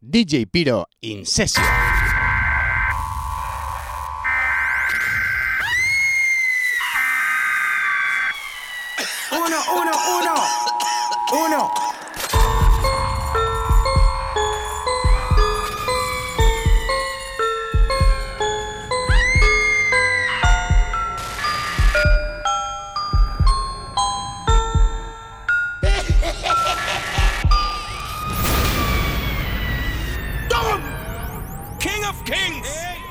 DJ Piro in session. Uno. King of Kings.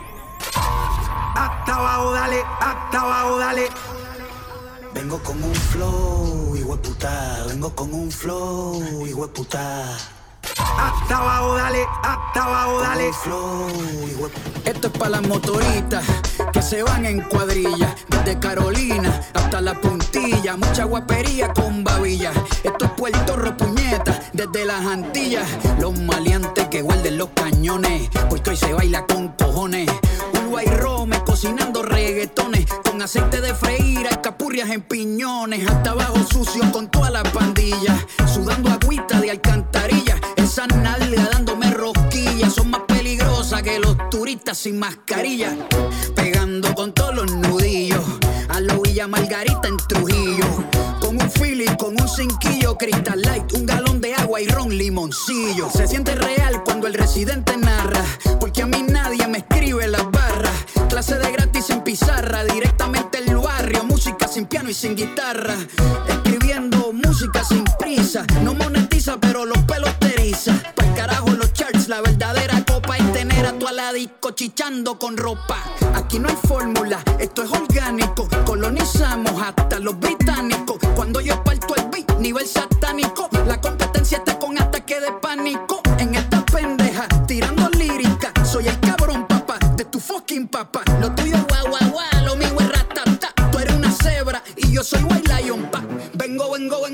Hasta abajo, dale. Vengo con un flow, hijueputa. Vengo con un flow, hijueputa. Hasta abajo, dale. Flow, esto es pa' las motoritas que se van en cuadrilla, desde Carolina hasta la puntilla. Mucha guapería con babilla. Esto es Puerto Rico, puñeta, desde las Antillas. Los maleantes que guarden los cañones, porque hoy se baila con cojones. Uruguay Rome cocinando reggaetones, con aceite de freír, alcapurrias en piñones. Hasta abajo sucio con toda la pandilla, sudando agüita de alcantarilla. Esa nalga dándome rosquillas, son más peligrosas que los turistas sin mascarilla. Pegando con todos los nudillos, a la Villa Margarita en Trujillo. Con un Philly, con un cinquillo, Crystal Light, un galón de agua y ron limoncillo. Se siente real cuando el residente narra, porque a mí nadie me escribe las barras. Clase de gratis en pizarra, directamente el barrio. Música sin piano y sin guitarra. Escribiendo música sin prisa, no monetiza pero los pelos te eriza. Pa'l carajo los charts, la verdadera copa es tener a tu disco chichando con ropa. Aquí no hay fórmula, esto es orgánico. Colonizamos hasta los británicos. Cuando yo parto el beat, nivel satánico. La competencia está con ataque de pánico. En esta pendeja, tirando lírica. Soy el cabrón, papá, de tu fucking papá. Lo tuyo es guau, guau, guau, lo mío es ratata. Tú eres una cebra y yo soy White Lion, pa. Vengo.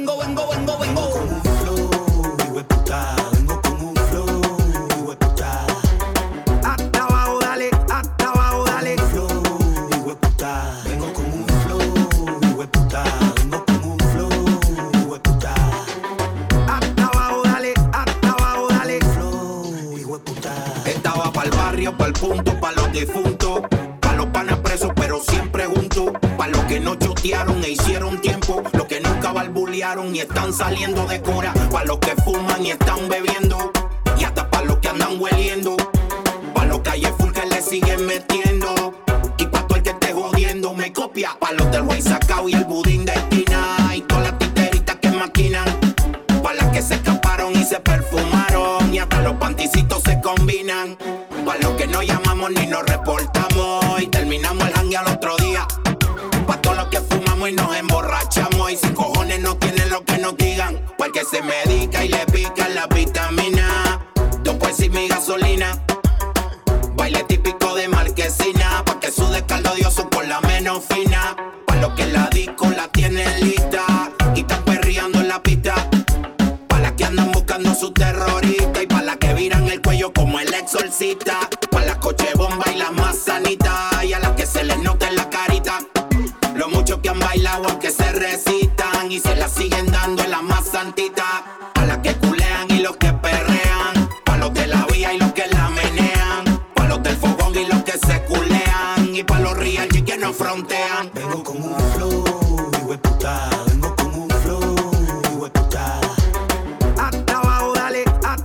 Pa'l punto, pa' los difuntos, pa' los panas presos pero siempre juntos, pa' los que no chotearon e hicieron tiempo, los que nunca barbulearon y están saliendo de cora, pa' los que fuman y están bebiendo, y hasta pa' los que andan hueliendo, pa' los calles full que le siguen metiendo, y pa' todo el que esté jodiendo me copia, pa' los del Guay Sacao y el budín de esquina, y todas las titeritas que maquinan, pa' las que se escaparon y se perfumaron, y hasta los panticitos se combinan. Pa' los que no llamamos ni nos reportamos y terminamos el jangue al otro día. Pa' todos los que fumamos y nos emborrachamos y sin cojones no tienen lo que nos digan. Pa' el que se medica y le pican la vitamina. Yo pues y mi gasolina. Baile típico de Marquesina. Pa' que sude caldo dioso con la menos fina. Pa' los que la disco la tienen lista y están perreando en la pista. Pa' las que andan buscando su terrorista y pa' las que viran el cuello como el exorcista. Pa' las coche bomba y las más sanitas y a las que se les nota en la carita lo mucho que han bailado aunque se resistan y se la siguen dando en la más santita. Pa' las que culean y los que perrean, pa' los de la vía y los que la menean, pa' los del fogón y los que se culean y pa' los real G que no frontean. Vengo con un flow, hijueputa. Vengo con un flow, hijueputa. Hasta abajo, dale.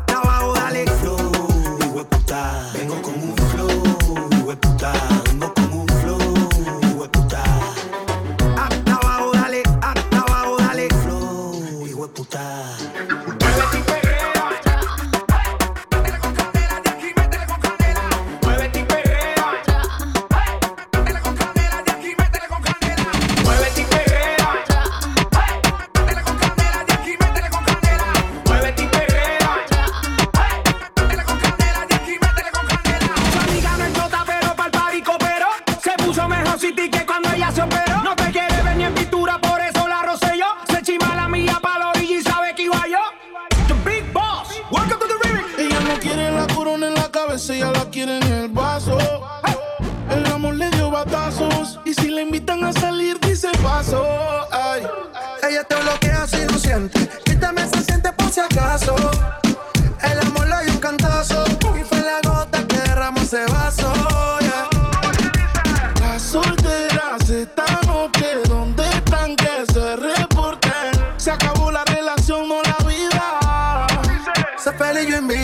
Flow, hijueputa. Vengo con un flow, hijueputa. Vengo con un flow, hijueputa. Hasta abajo, dale. Flow, hijueputa. Muévete y perrea, métele con candela de aquí, métele con candela. Muévete y perrea, métele con candela de aquí, métele con candela. Muévete y perrea, métele con candela de aquí, métele con candela. Muévete y perrea, métele con candela de aquí, métele con candela. Su amiga no es chota pero pa'l party cooperó. Se puso mejor City que cuando ella se operó. No te quiere ver ni en pintura, por eso la rocé yo. Se chima la mía pa' la orilla y sabe que iba yo. The Big Boss, welcome to the remix. Ella no quiere la corona en la cabeza, ella la quiere en el vaso. El amor le dio batazos y si le invitan a salir dice paso. Ay. Ella te bloquea si no siente. Quítame se siente por si acaso. El amor le dio un cantazo.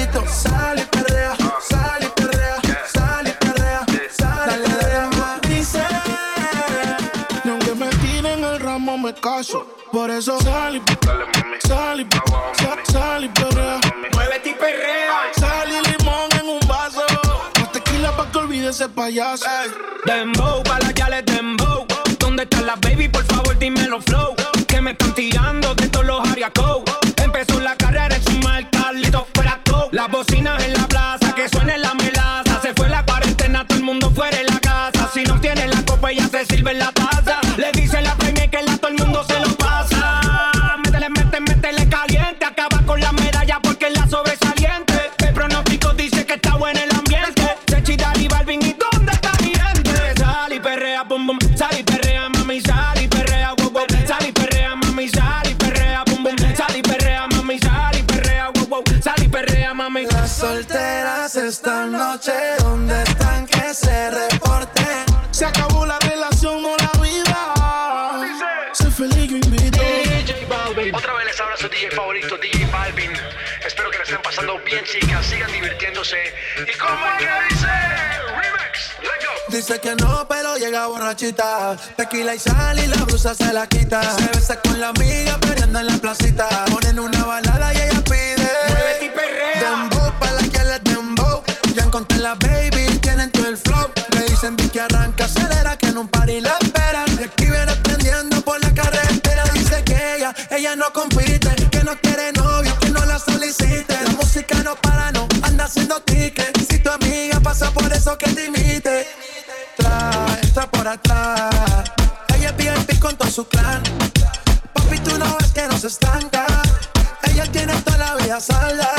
grito. Sal y perrea, sal y perrea, sal y perrea, sal y perrea. Dice, y aunque me tiren el ramo me caso. Por eso sal y perrea, sal y perrea. Muévete y perrea. Sal y limón en un vaso. Más tequila pa' que olvide ese payaso. Dembow, pa' la yales dembow. ¿Dónde están las baby? Por favor, dímelo flow. Que me están tirando de todos los ariacos. Empezó la carrera en su mal Carlitos fuera todo. Las bocinas en la plaza, que suene la melaza. Se fue la cuarentena, todo el mundo fuera de la casa. Si no tiene la copa, ella se sirve en la taza. Le dice la premia que todo el mundo se lo pasa. Métele caliente. Acaba con la medalla porque es la sobresaliente. El pronóstico dice que está bueno el ambiente. Sechi, Dari, Balvin, ¿y dónde está mi gente? Sal y perrea, bum bum. Sal y perrea, mami, sal y perrea, wow wow. Sal y perrea, mami, sal y perrea, bum bum. Sal y perrea, mami, sal y perrea, wow wow. Sal y perrea, mami. Las solteras esta noche, ¿dónde están? Que se reporten. Se acabó la relación, no la vida. Sé feliz, yo invito. DJ Balvin. Otra vez les habla su DJ favorito, DJ Balvin. Espero que la estén pasando bien, chicas. Sigan divirtiéndose. ¿Y cómo es que dice? Remix, let's go. Dice que no, pero llega borrachita. Tequila y sal y la blusa se la quita. Se besa con la amiga, peleando en la placita. Ponen una balada y ella pide. Muévete y perrea. Dembow, pa' la que les dembow. Ya encontré la baby, tienen todo el flow. Le dicen que arranca, acelera, que en un party la esperan. Y aquí viene prendiendo por la carretera. Dice que ella no compite, que no quiere novio, que no la solicite. La música no para, no anda haciendo ticket. Si tu amiga pasa por eso que te imite. Entra por atrás. Ella es VIP con todo su clan. Papi, tú no ves que no se estanca. Ella tiene toda la vida salda.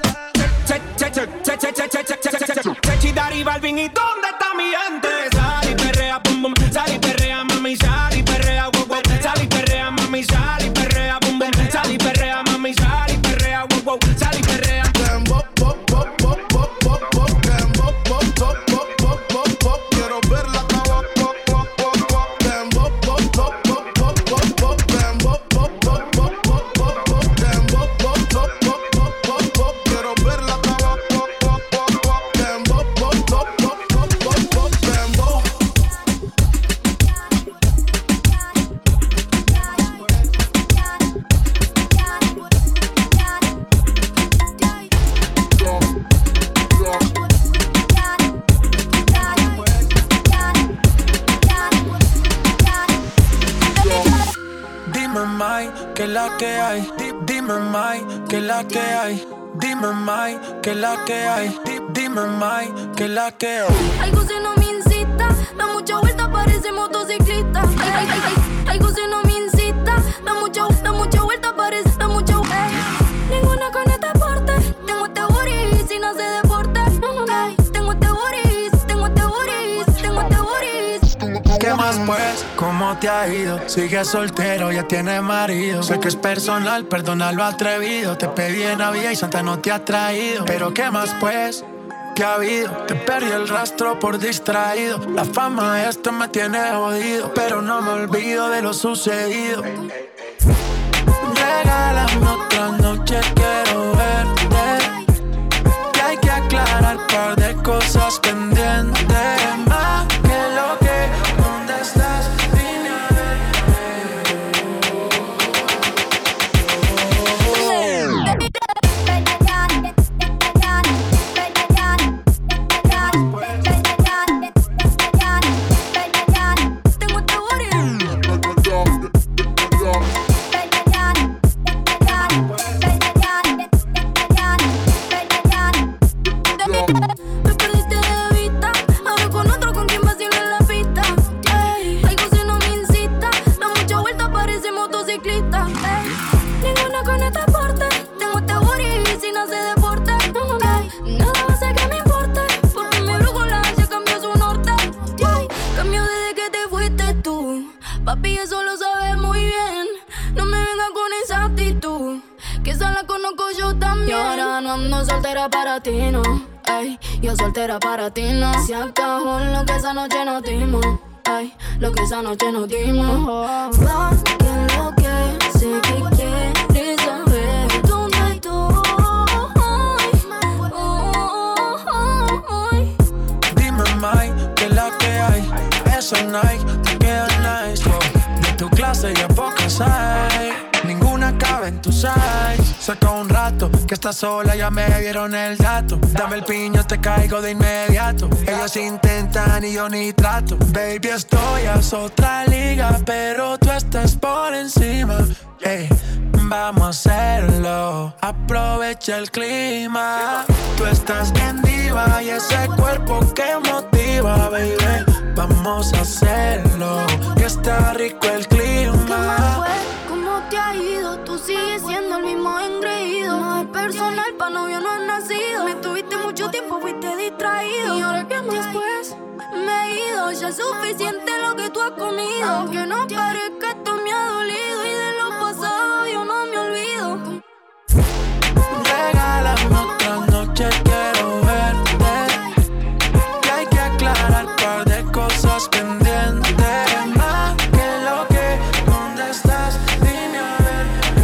Sechi, Dari, Balvin, ¿y dónde está mi gente? Sal y perrea, bum bum. Sal y perrea, mami, sal y perrea, wow wow. Sal y perrea, mami, sal y perrea, bum bum. Sal y perrea, mami, sal y perrea, wow wow. Sal y perrea. Quiero verla acabar. Quiero verla acabar. Dime, Mai, que la que hay. Dime, Mai, que la que hay. Dime, Mai, que la que hay. Dime, Mai, que la que hay. Algo si no me incita, da mucha vuelta, parece motociclista. Algo si no me incita, da mucha vuelta, parece da mucha vuelta. Ninguna con este porte, tengo este booty, si no se deporte. Tengo este booty, tengo este booty, tengo este booty. ¿Qué más pues? ¿Cómo te ha ido? Sigue soltero, ya tiene marido. Sé que es personal, perdona lo atrevido. Te pedí en Navidad y Santa no te ha traído. Pero ¿qué más pues? ¿Qué ha habido? Te perdí el rastro por distraído. La fama esta me tiene jodido, pero no me olvido de lo sucedido. Regálame otra noche, quiero verte. Que hay que aclarar un par de cosas pendientes. Más que lo que, ¿dónde estás? Vine a Me perdiste de vista, ahora con otro con quien vacilo en la pista. Algo si no me incita, da mucha vuelta, parece motociclista. Ninguna con este porte, tengo este booty, si no se deporte. Nada va a hacer que me importe, porque mi brújula ya cambió su norte. Cambió desde que te fuiste tú, papi, eso lo sabes muy bien. No me vengas con esa actitud, que esa la conozco yo también. Y ahora no ando soltera para ti, no. Ay, yo soltera para ti, no. Se acabó lo que esa noche nos dimos. Ay, lo que esa noche nos dimos. Que lo que sé que quieres saber. ¿Dónde estoy? esos Nike te quedan nice, wow. De tu clase ya pocas hay, ninguna cabe en tu size. Saca un rato que estás sola, ya me dieron el dato. Dame el piño, te caigo de inmediato. Ellos intentan y yo ni trato. Baby, estoy a otra liga, pero tú estás por encima. Hey, vamos a hacerlo, aprovecha el clima. Tú estás bien diva y ese cuerpo que motiva, baby. Vamos a hacerlo, que está rico el clima. ¿Qué más fue? ¿Cómo te ha ido? Tú sigues siendo el mismo engreído. No es personal, pa' novio no has nacido. Me tuviste mucho tiempo, fuiste distraído. Y ahora que después me he ido. Ya es suficiente lo que tú has comido. Aunque no parezca, esto me ha dolido. Y de lo pasado yo no me olvido. Regálame otra noche, quiero verte. Que hay que aclarar un par de cosas pendientes. Más que lo que, ¿dónde estás? Dime a ver.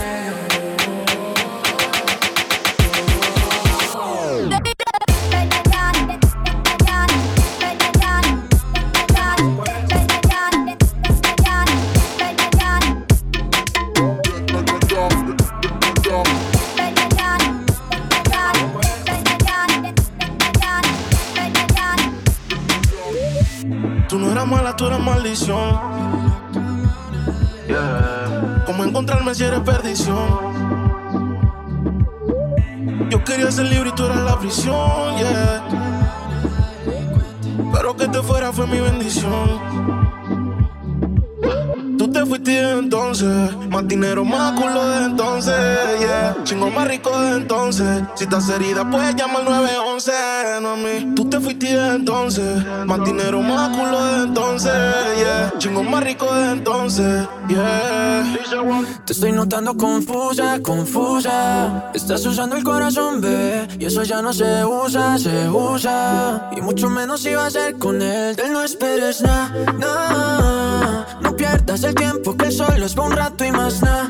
Tú no eras mala, tú eras maldición. Yeah. ¿Cómo encontrarme si eres perdición? Yo quería ser libre y tú eras la prisión, yeah. Pero que te fuera fue mi bendición. Tú te fuiste desde entonces, más dinero, más culo desde entonces, yeah. Chingo más rico desde entonces. Si estás herida, puedes llamar al 911, no a mí. Tú te fuiste desde entonces, más dinero, más culo desde entonces, yeah. Chingo más rico desde entonces, yeah. Te estoy notando confusa, confusa. Estás usando el corazón, bebé, y eso ya no se usa, se usa. Y mucho menos si va a ser con él. Él no esperes nada, nah. No pierdas el tiempo, que solo es por un rato y más nada,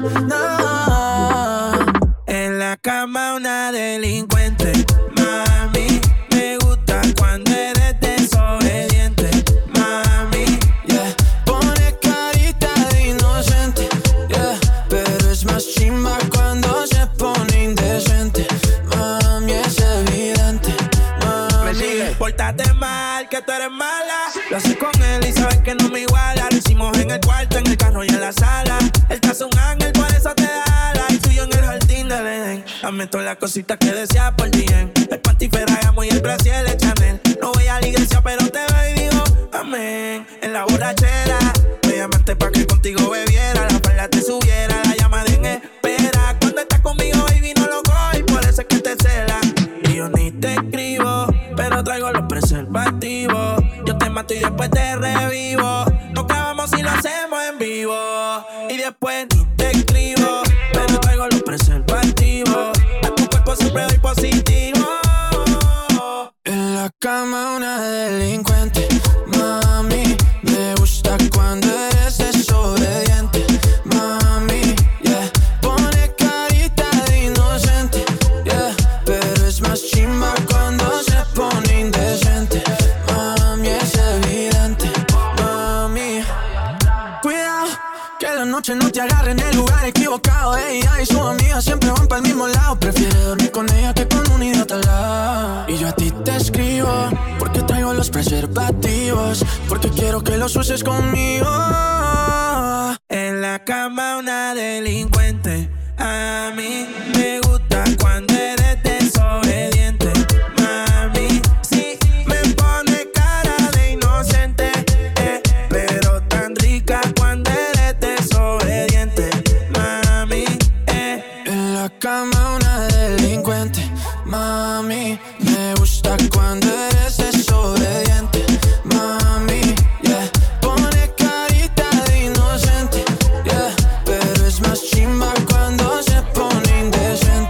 nah. En la cama una delincuente, mami. Me gusta cuando eres desobediente, mami, yeah. Pone carita de inocente, yeah. Pero es más chimba cuando se pone indecente, mami, es evidente, mami. Me sigue. Pórtate mal, que tú eres mala. Lo haces con él y sabes que no me iguala. Lo hicimos en el cuarto, en el carro y en la sala. Él te hace un ángel, por eso te da alas. Y tú y yo en el jardín del Edén. Dame todas las cositas que deseas por bien. El panty Ferragamo y el Brasil de Chanel. No voy a la iglesia, pero te veo y digo amén. En la borrachera me llamaste pa' que contigo bebiera. La falda te subiera, la llamada en espera. Cuando estás conmigo, baby, no lo coges. Por eso es que te cela. Y yo ni te escribo, pero traigo los preservativos. Yo te mato y después te revivo. Nos grabamos y lo hacemos en vivo. Y después ni te escribo, pero traigo los preservativos. A tu cuerpo siempre doy positivo. En la cama una delincuente, mami. Me gusta cuando eres desobediente, mami, yeah. Pone carita de inocente, yeah. Pero es más chimba cuando se pone indecente, mami, es evidente, mami. Cuidado, que la noche no te agarre en el lugar equivocado. Ella y su amiga siempre van para el mismo lado. Prefiere dormir con ella que con un idiota al lado. Y yo a ti te escribo porque traigo los preservativos, porque quiero que los uses conmigo. En la cama una delincuente, a mí me gusta cuando eres desobediente, mami. Sí, me pone cara de inocente, pero tan rica cuando eres desobediente, mami, En la cama una delincuente, mami. Me gusta cuando eres desobediente, mami, yeah. Pone carita de inocente, yeah. Pero es más chimba cuando se pone indecente.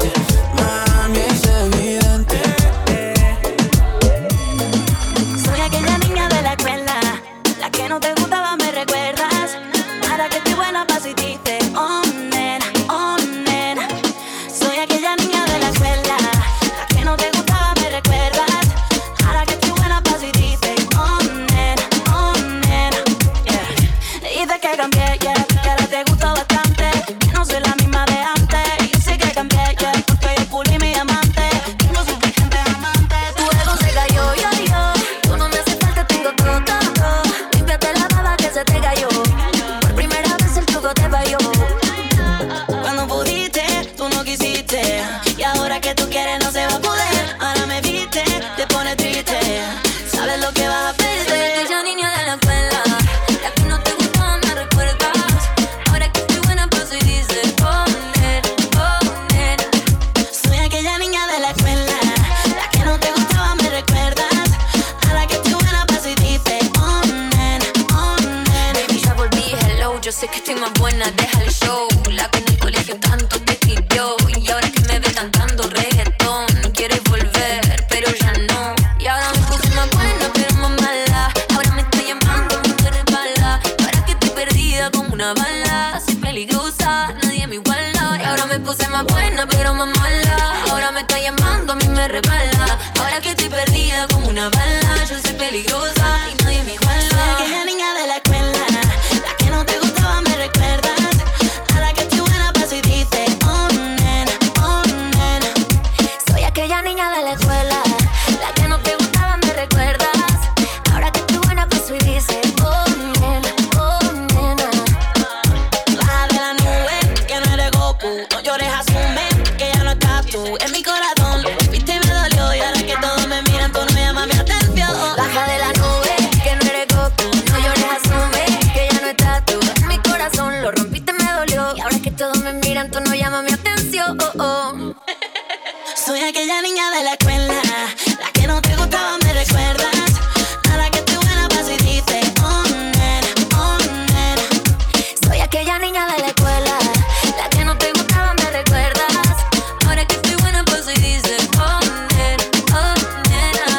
más buena, deja el show. La que en el colegio tanto te escribió. Y ahora que me ve cantando reggaetón, quieres volver, pero ya no. Y ahora me puse más buena, pero más mala. Ahora me está llamando, me te resbala. Ahora que estoy perdida como una bala. Soy peligrosa, nadie me iguala. Y ahora me puse más buena, pero más mala. Ahora me está llamando, a mí me resbala. Ahora que estoy perdida como una bala. Yo soy peligrosa y nadie me iguala. Soy aquella niña de la escuela, la que no te gustaba, me recuerdas. Ahora que estoy buena paso y dice, oh nena, oh nena. Soy aquella niña de la escuela, la que no te gustaba, me recuerdas. Ahora que estoy buena paso y dice, oh nena, oh nena. Baja de la nube, que no eres Goku. No llores, asume que ya no estás tú. En mi corazón lo rompiste y me dolió. Y ahora que todos me miran, tú no me llamas mi atención. Baja de la nube, que no eres Goku. No llores, asume que ya no estás tú. En mi corazón lo rompiste, me dolió. Y ahora que todos me miran, tú no llamas mi atención. Oh, oh. Soy aquella niña de la escuela, la que no te gustaba, me recuerdas. Ahora que estoy buena paso y dice, oh nena, oh nena. Soy aquella niña de la escuela, la que no te gustaba, me recuerdas. Ahora que estoy buena paso y dice, oh nena, oh nena.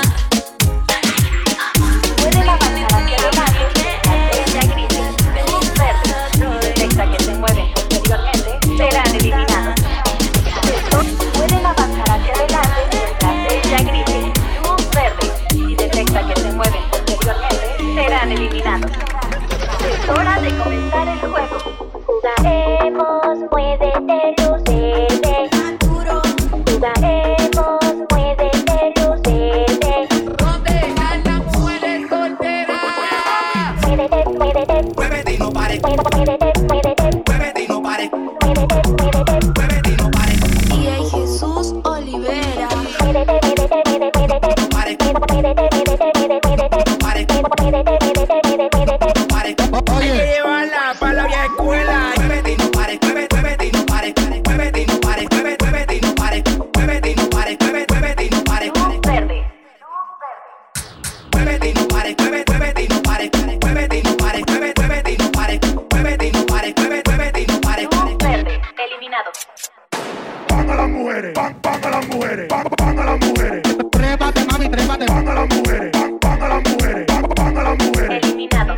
Puede avanzar hacia adelante mientras ella grite luz verde. Si detecta que se mueven posteriormente, serán eliminados. Pueden avanzar hacia adelante mientras ella grite luz verde. Si detecta que se mueven posteriormente, serán eliminados. Es hora de comenzar el juego. Jugaremos, muévete, luz verde. Jugaremos, muévete, luz verde. ¿Dónde están las mujeres solteras? Muévete, muévete, Muévete y no pares. muévete, muévete, Muévete y no pares. muévete, muévete, Muévete y no pares. Y hay Jesús Olivera. muévete, muévete, muévete, muévete, Pares. muévete, muévete, muévete, Pares. muévete, muévete, muévete. Pares. Hay que llevarla para la vieja escuela. Muévete y no pares. Muévete y no pares. Muévete y no pares. Muévete y no pares. Muévete y no pares. Muévete y no pares. Luz verde. Muévete y no pares. Muévete y no pares. Muévete y no pares. Muévete y no pares. Muévete y no pares. Muévete y no pares. Luz verde. Eliminado. Van a las mujeres, van a las mujeres, van a las mujeres. Trépate, mami, trépate. Van a las mujeres, van a las mujeres, van a las mujeres. Eliminado.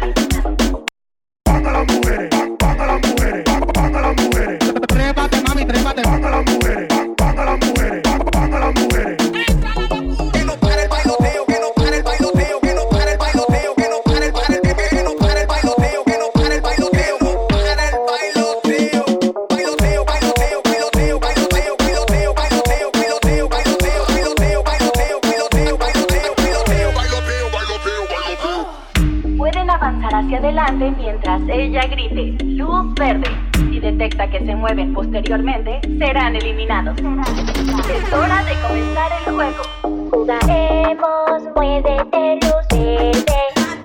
Van a las mujeres, van a las mujeres, van a las mujeres. Trépate, mami, trépate. Van a las mujeres, van a las mujeres, van a las mujeres. Que no pare el bailoteo, que no pare el bailoteo, que no pare el bailoteo, que no pare el bailoteo, que no pare el bailoteo, que no pare el bailoteo, no pare el bailoteo. Bailoteo, bailoteo, bailoteo, bailoteo, bailoteo, bailoteo, bailoteo, bailoteo, bailoteo, bailoteo, bailoteo, bailoteo, bailoteo, bailoteo, bailoteo. Pueden avanzar hacia adelante mientras ella grite luz verde. Si detecta que se mueven posteriormente, serán eliminados. Es hora de comenzar el juego. Jugaremos, muévete, luz verde.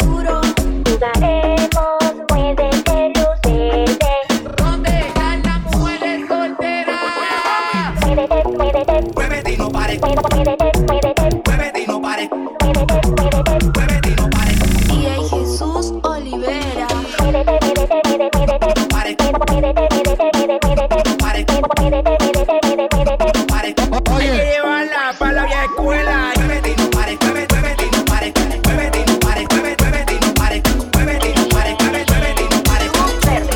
Jugaremos, muévete, luz verde. ¿Dónde están las mujeres solteras? Muévete, muévete, Muévete y no pares. muévete, muévete, Muévete y no pares. muévete, muévete, Muévete y no pares. Y hay Jesús Olivera. muévete, muévete, muévete, muévete, Pares. muévete, muévete, muévete, muévete, Pares. muévete, muévete, muévete, Pares. Hay que llevarla para la vieja escuela. Muévete y no pares. Muévete y no pares. Muévete y no pares. Muévete y no pares. Muévete y no pares. Muévete y no pares. Luz verde.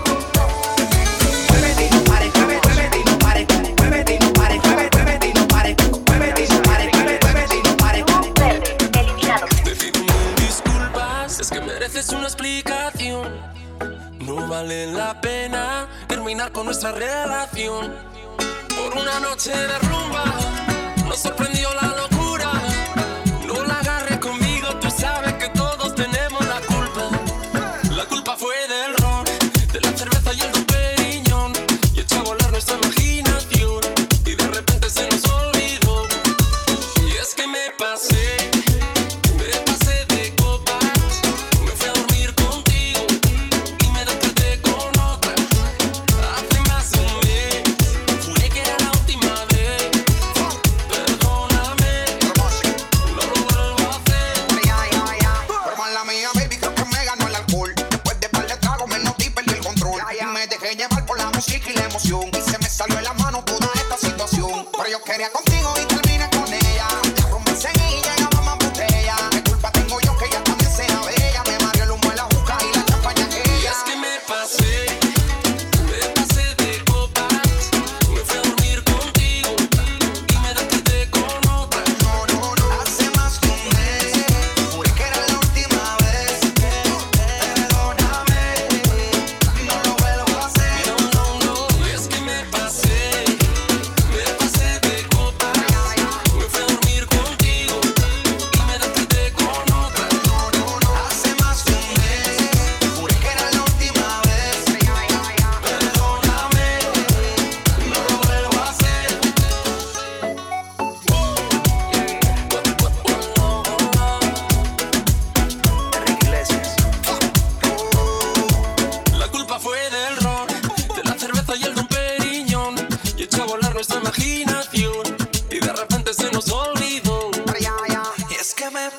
Muévete y no pares. Muévete y no pares. Muévete y no pares. Muévete y no pares. Muévete y no pares. Muévete y no pares. Luz verde. Eliminado. Te pido mil disculpas, es que mereces una explicación. No vale la pena terminar con nuestra relación. Por una noche de rumba nos sorprendió la locura. No la agarres conmigo, tú sabes que todos tenemos la culpa. La culpa fue del ron, de la cerveza y el Don Periñón. Y echó a volar nuestra imaginación y de repente se nos olvidó. Y es que me pasé de copas. Me fui a dormir contigo y me desperté con otra. Hace más de un mes juré que era la última vez. Perdóname, no lo vuelvo a hacer. Por mala mía, baby, creo que me ganó el alcohol. Después de par de tragos me noté y perdí el control.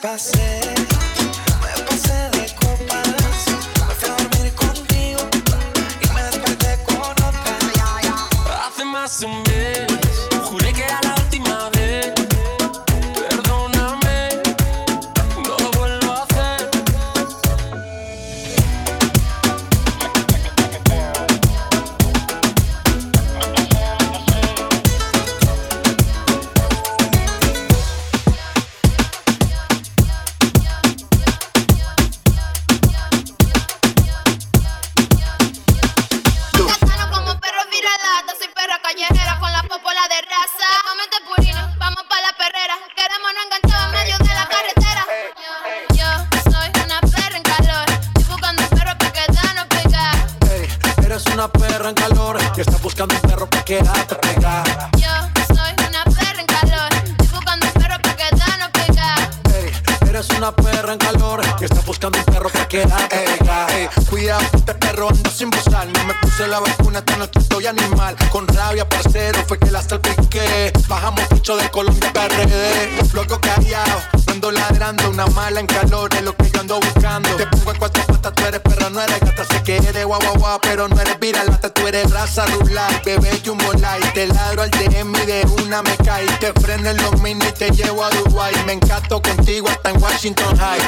pasé de copas. Me fui a dormir contigo y me desperté con otra. Hace más de un mes juré que era la última vez. Perdóname, no lo vuelvo a hacer. Que está buscando un perro pa' quedarte pegada. Yo soy una perra en calor, estoy buscando un perro pa' quedarnos pegados. Ey, eres una perra en calor, que está buscando un perro pa' quedarte pegada. Ey, cuidado, este perro anda sin bozar. No me puse la vacuna, esta noche estoy animal. Con rabia, parcero, fue que la salpiqué. Bajamos mucho de Colombia PRD. Loco callado, ando ladrando. Una mala en calor, es lo que yo ando buscando. Te pongo en cuatro patas, tú eres perra, no eres gata. Sé que eres guau guau guau, pero no eres viralata. Tú eres raza rular, bebé Jumbo Light. Te ladro al DM y de una me cae. Te freno en los mini y te llevo a Dubai. Me encanto contigo hasta en Washington High.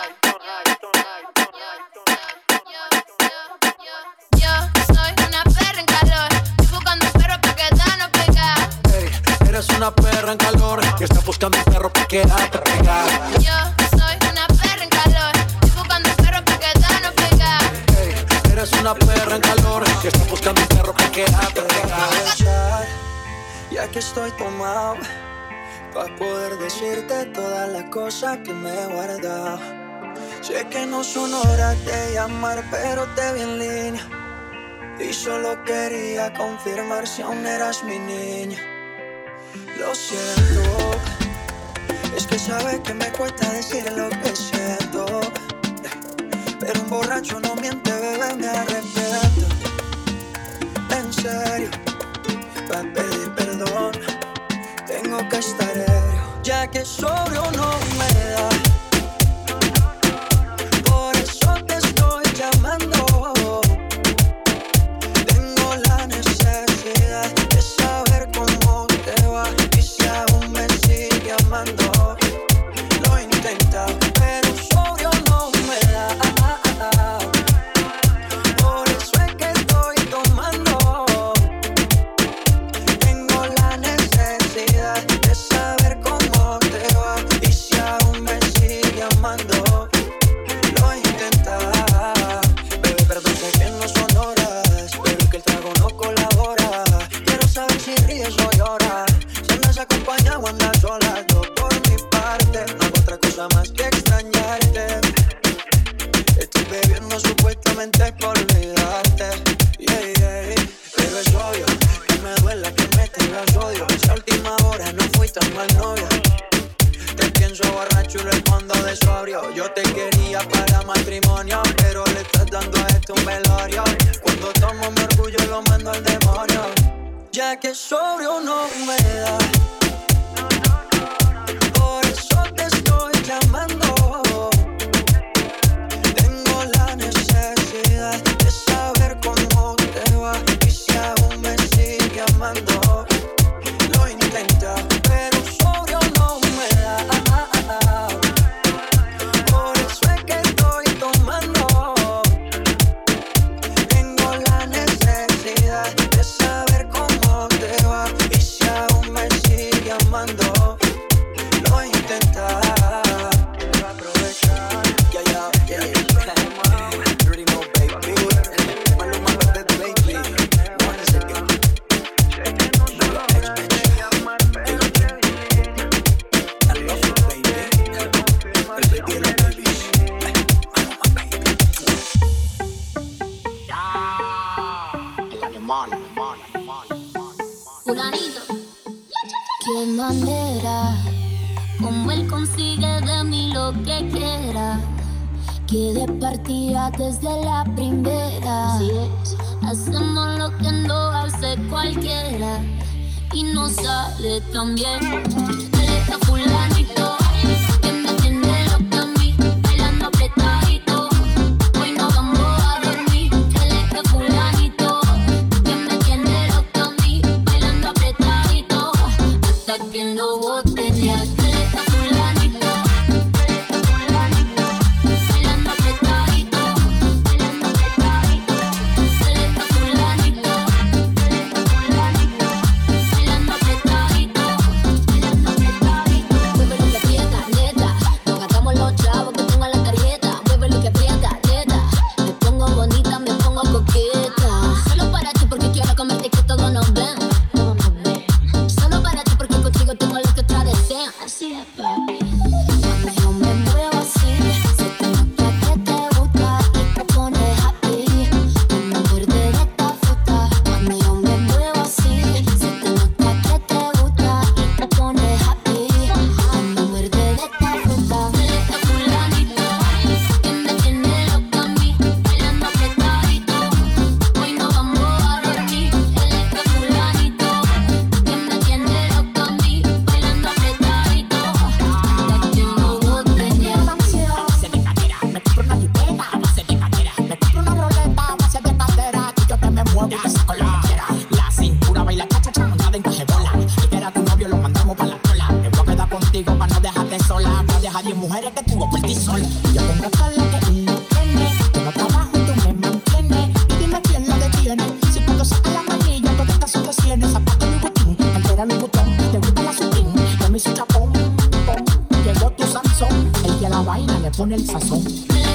Yo soy una perra en calor, estoy buscando un perro pa' quedarnos pegados. Ey, eres una perra en calor, que está buscando un perro pa' quedarte pegada. Yo soy una perra en calor, estoy buscando un perro pa' quedarnos pegados. Ey, eres una perra en calor, que está buscando un perro pa' quedarte pegada. Ya que estoy tomado, pa' poder decirte todas las cosas que me he guardado. Sé que no son horas de llamar, pero te vi en línea y solo quería confirmar si aún eras mi niña. Lo siento, es que sabes que me cuesta decir lo que siento, pero un borracho no miente, bebé, me arrepiento. En serio, para pedir perdón tengo que estar ebrio, ya que sobrio no me da. Por eso te estoy llamando. Tengo la necesidad de saber cómo te va y si aún me sigue amando. Lo intenta, pero sobrio no me da. Por eso es que estoy tomando. Tengo la necesidad de saber cómo te va y si aún me sigue amando. Lo intenta, bebé, perdón, sé que no son horas, pero que el trago no colabora. Quiero saber si ríes o lloras, si andas acompañado o andas sola. Yo por mi parte no hago otra cosa más que extrañarte. Estoy bebiendo supuestamente por olvidarte, pero es obvio que me duela que me tengas odio. Esa última hora no fui tan mal novia. Te pienso borracho y respondo de sobrio. Yo te quería para matrimonio, pero le estás dando a esto un velorio. Cuando tomo mi orgullo lo mando al demonio, ya que sobrio no me da. Por eso te estoy llamando. Tengo la necesidad de saber cómo te va y si aún me sigue amando. Lo intenta, pero sobrio no me da. Por eso es que estoy tomando. Tengo la necesidad de saber cómo te va y si aún me sigue amando. Lo intenta. Aprovechar. Pretty Mo, baby. Maluma, baby, lately. Once again. I love you, baby. El baby de los babies. Fulanito, qué manera, como él consigue de mí lo que quiera. Que de partida desde la primera. Hacemos lo que no hace cualquiera y no sale tan bien. Él está fulanito, que me tiene dejar 10 mujeres que tengo por ti sol. Yo tengo todo lo que él no tiene. Yo no trabajo y tú me mantienes. Y dime quién lo detiene. Si cuando saca la manilla, todo está sobre cienes. Zapato mi botín, altera mi botón. Te gusta la sutil, yo me hice chapón. Llegó tu Sansón, el que a la vaina le pone el sazón.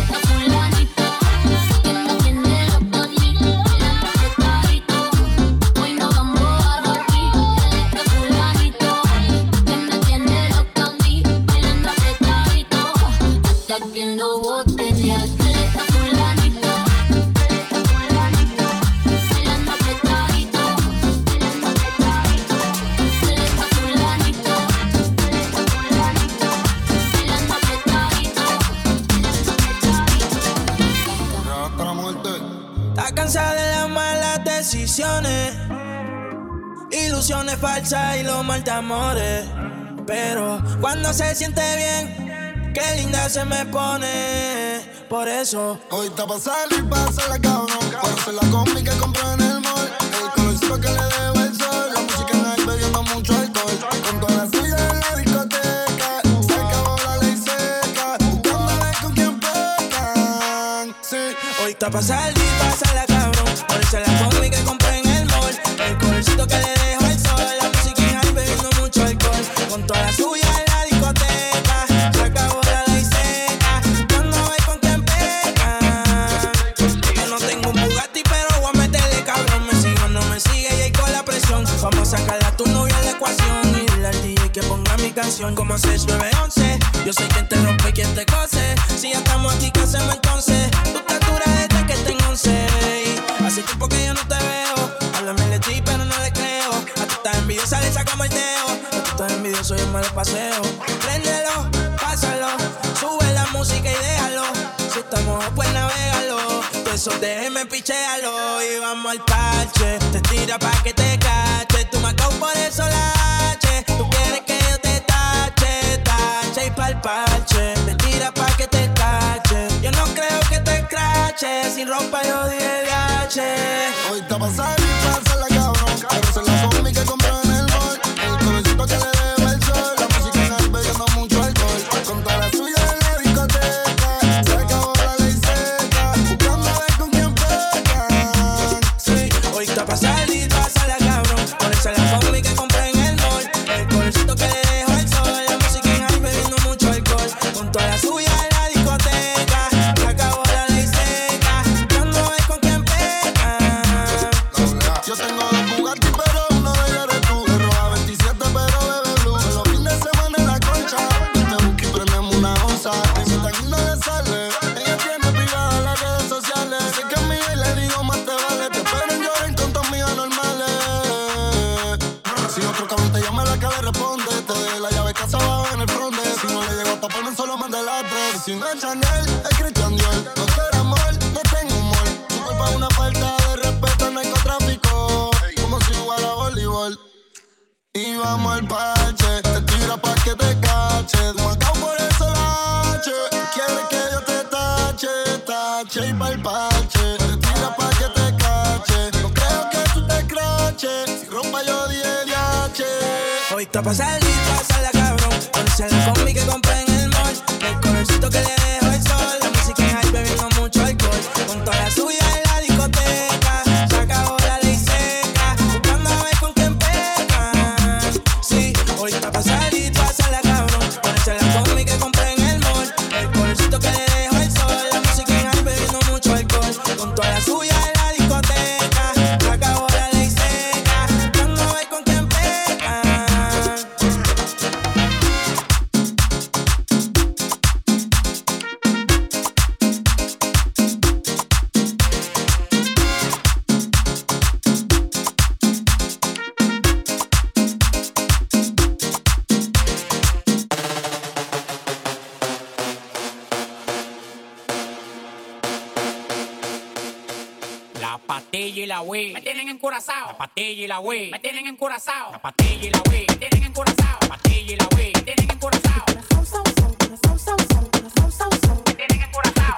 Ilusiones falsas y los mal de amores. Pero cuando se siente bien, qué linda se me pone. Por eso hoy está pa' salir, pásala cabrón. Para hacer la combi que compré en el mall. El colorcito que le dejo el sol. La música en el bebiendo mucho alcohol. Con todas las suyas en la discoteca. Se acabó la ley seca. Buscando a ver con quién pecan. Sí. Hoy está pa' salir, pásala cabrón. Por hacer la combi que compré en el mall. El colorcito que le dejo el sol. La música en el bebiendo mucho alcohol. Con todas las suyas en la discoteca. Se acabó la ley seca. Cuando voy con quien peca. Yo no tengo un Bugatti, pero voy a meterle cabrón. Me sigue o no me sigue y ahí con la presión. Vamos a sacarle a tu novia en la ecuación. Y dile al DJ que ponga mi canción. Como 6, 9, 11. Yo soy quien te rompe y quien te cose. Si ya estamos aquí, ¿qué hacemos entonces? Tu estatura desde que tengo 11. Hace tiempo que yo no te veo. Háblame de ti, pero no le creo. A ti estás envidiosa, le sacamos el dedo. A ti estás envidioso y el mal paseo. Préndelo, pásalo. Sube la música y déjalo. Si estamos pues navégalo. Tú eso déjeme pichéalo. Y vamos al parche. Te tira pa' que te cache. Tú me acabo por eso la H. Tú quieres que yo te tache, tache. Y pa'l parche. Te tira pa' que te cache. Yo no creo que te crache. Sin ropa yo dije de H. Hoy está pa' salir, pásala cabrón. Quiero hacer la combi que compré en el mall. El colorcito que le dejo el sol. La música en el bebiendo mucho alcohol. Con todas las suyas en la discoteca. Se acabó la ley seca. Buscando a ver con quién pecan. Sí, hoy está pa' salir, pásala cabrón. Por eso la combi que compré en el mall. El colorcito que le dejo el sol. La música en el bebiendo mucho alcohol. Con todas las suyas en la discoteca. Se acabó la ley seca. Cuando ves con quién peca. Yo tengo dos Bugatti, pero uno de ellos eres tú. De roja 27, pero bebe blue. En los fines de semana en la concha. Yo te busco y prendemos una onza. Y si tan no le sale. Ella tiene privada las redes sociales. Sé que es mía y le digo más te vale. Te espero en llorar con tus amigas normales. Si otro cabrón te llama, la que le responde. Te deje la llave casa abajo en el fronde. Si no le llego a tapar, solo mande la tres. Y si no es Chanel, es Christian Dior. No quiero amor, no tengo humor. Tu culpa es una falta de respeto al narcotráfico. Como si jugara voleibol. Y vamos al parche. Te tira pa' que te cache. Marcao por eso la H. Quieres que yo te tache, tache. Y pa'l parche. Te tira pa' que te cache. No creo que tú te craches. Si rompa yo 10 de H. Hoy está pa' salir, pásala cabrón. Ponerse la combi que compré en el mall. El colorcito que le dejo el sol. La música en high bebiendo mucho alcohol. Con toda la suya en la discoteca. Se acabó la ley seca. Buscando a ver con quién peca. Sí, hoy está pa' salir, pásala cabrón. Ponerse la combi que compré en el mall. El colorcito que le dejo el sol. La música en high bebiendo mucho alcohol. Con toda la suya en la discoteca. Se acabó la ley seca. Buscando a ver con quién peca. La pastilla y la Wii me tienen encurazao. La pastilla y la Wii me tienen encurazao. La pastilla y la Wii me tienen encurazao. La pastilla y la Wii me tienen encurazao. Me tienen encurazao. Me tienen encurazao.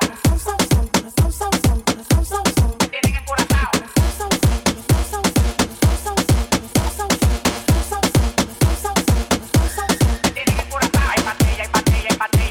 Hay pastilla, hay pastilla, hay pastilla.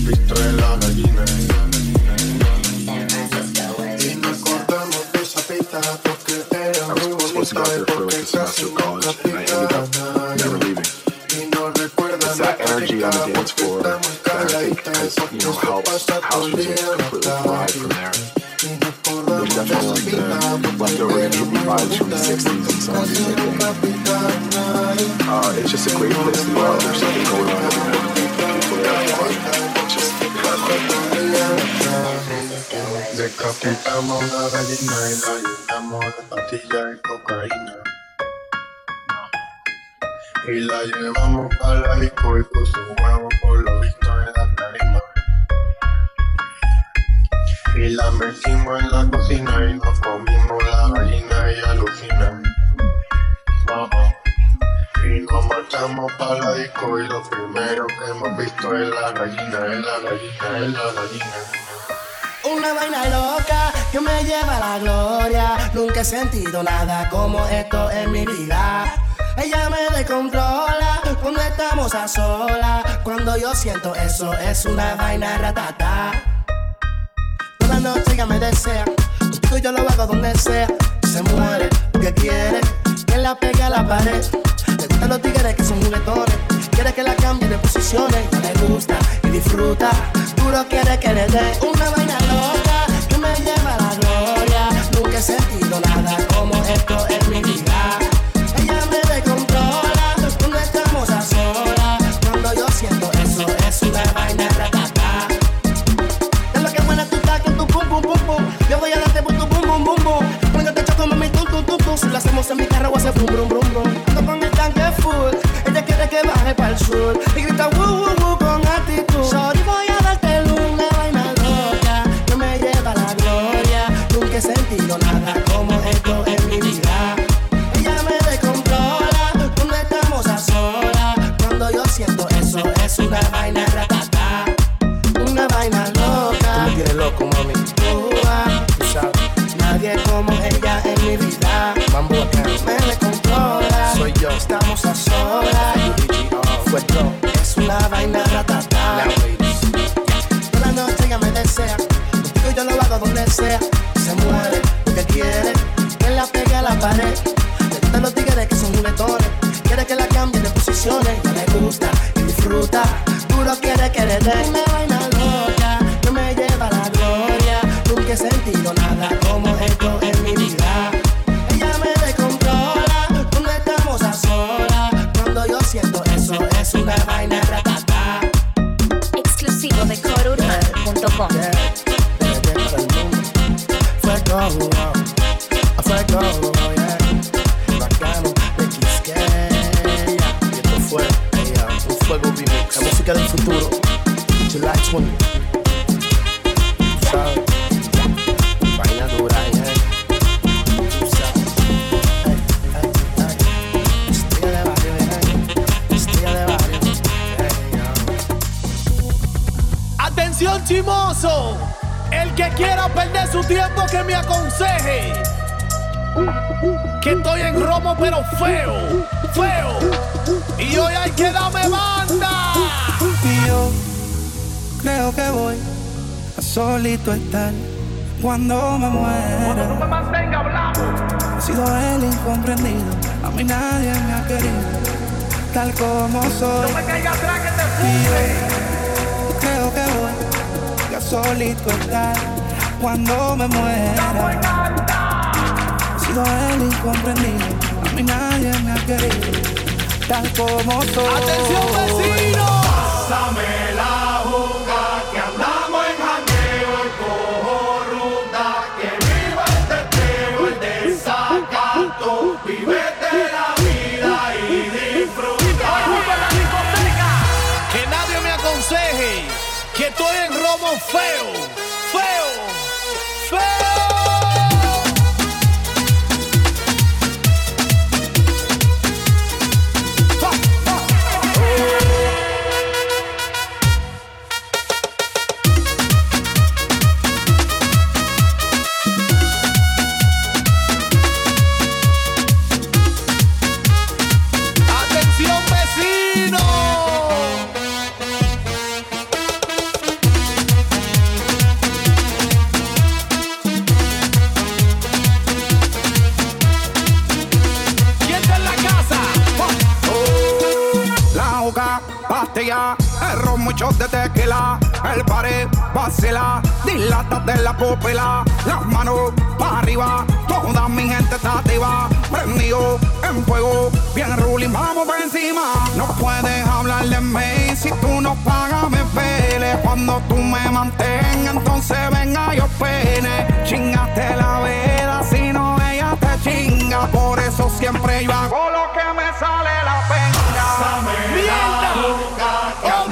gallina. Y nos cortamos de esa pista porque era muy bonita y porque casi nunca pica nadie. Y no recuerda nada que cada está muy calladita y porque se pasa todo el día en la playa. Y nos cortamos de esa pista porque era muy bonita y casi nunca pica nadie. It's just a great place to go. There's something going on everywhere. People there are just decapitamos la gallina y la llenamos de pastillas y cocaína. Y la llevamos a la disco y puso huevo por lo visto en la tarima. Y la metimos en la cocina y nos comimos la gallina y alucina. Y nos marchamos para la disco y lo primero que hemos visto es la gallina, es la gallina, es la gallina. Una vaina loca que me lleva a la gloria. Nunca he sentido nada como esto en mi vida. Ella me descontrola cuando estamos a solas. Cuando yo siento eso es una vaina ratata. Toda noche ella me desea, contigo yo lo hago donde sea. Se muere porque quiere que la pegue a la pared. Le gustan los tigres que son juguetones. Quiere que la cambie de posiciones. Le gusta y disfruta. Duro quiere que le dé una vaina loca que me lleva a la gloria. Nunca he sentido nada como esto en mi vida. Ella me descontrola cuando estamos a solas. Cuando yo siento eso es una vaina ratata. Es lo que buena tú estás con tu pum pum pum pum. Yo voy a darte por tu bum bum bum bum. Cuando te choco mami tum tum tum tum. Si lo hacemos en mi carro voy a hacer brum brum brum brum. Ando con el tanque full. Ella quiere que baje para el sur y grita woo woo woo con actitud. Sorry, voy a darte una vaina loca que me lleva a la gloria. Nunca he sentido nada como esto en mi vida. Ella me descontrola cuando estamos a solas. Cuando yo siento eso es una vaina ratata. Una vaina loca. Tú me tienes loco, mami. Tú sabes, nadie como ella en mi vida. Mambo acá me descontrola. Soy yo, estamos a solas. Es una vaina ratata. Toda la noche ella me desea, contigo yo lo hago donde sea. Se muere porque quiere que la pegue a la pared. Le gustan los tigres que son juguetones. Quiere que la cambie de posiciones. Ya le gusta y disfruta. Duro quiere que le dé una vaina loca que me lleva a la gloria. Nunca he sentido nada como esto en mi vida. Ella me descontrola cuando estamos a solas. Cuando yo siento eso es una vaina ratata. Exclusivo de coreurbano.com. Fuego, fuego, yeah. Bacano, de Quisqueya. Y esto fue un fuego remix. La música del futuro, July 20. ¿Sabes? Vaina dura, yeah. Tú sabes. Estrella de barrio, yeah. Estrella de barrio, yeah. Atención, chimoso. El que quiera perder su tiempo que me aconseje. Que estoy en romo pero feo, feo. Y hoy hay que darme banda. Y yo creo que voy a solito estar cuando me muera. No me mantenga hablando. He sido el incomprendido, a mí nadie me ha querido, tal como soy. No me caiga atrás que te Y fue. yo creo que voy a solito estar cuando me muera. He sido el incomprendido, a mí nadie me ha querido, tal como soy. ¡Atención, vecino! Pásame la juga que andamos en jangueo y cojo ruta. Que viva el teteo, el desacato. Vívete la vida y disfruta. Que nadie me aconseje que estoy en romo feo, feo, feo. ¡Atención, vecino! botella, el ron, muchos de tequila. El pared vacila, dilatas de la pupila. Las manos para arriba, toda mi gente está activa. Prendido en fuego, bien ruling, vamos por encima. No puedes hablar de mí, si tú no pagas me pele. Cuando tú me mantengas, entonces venga yo pene. Chingaste la vela, si no ella te chinga. Por eso siempre yo hago lo que me sale la pena. ¡Mierda! ¡Oh,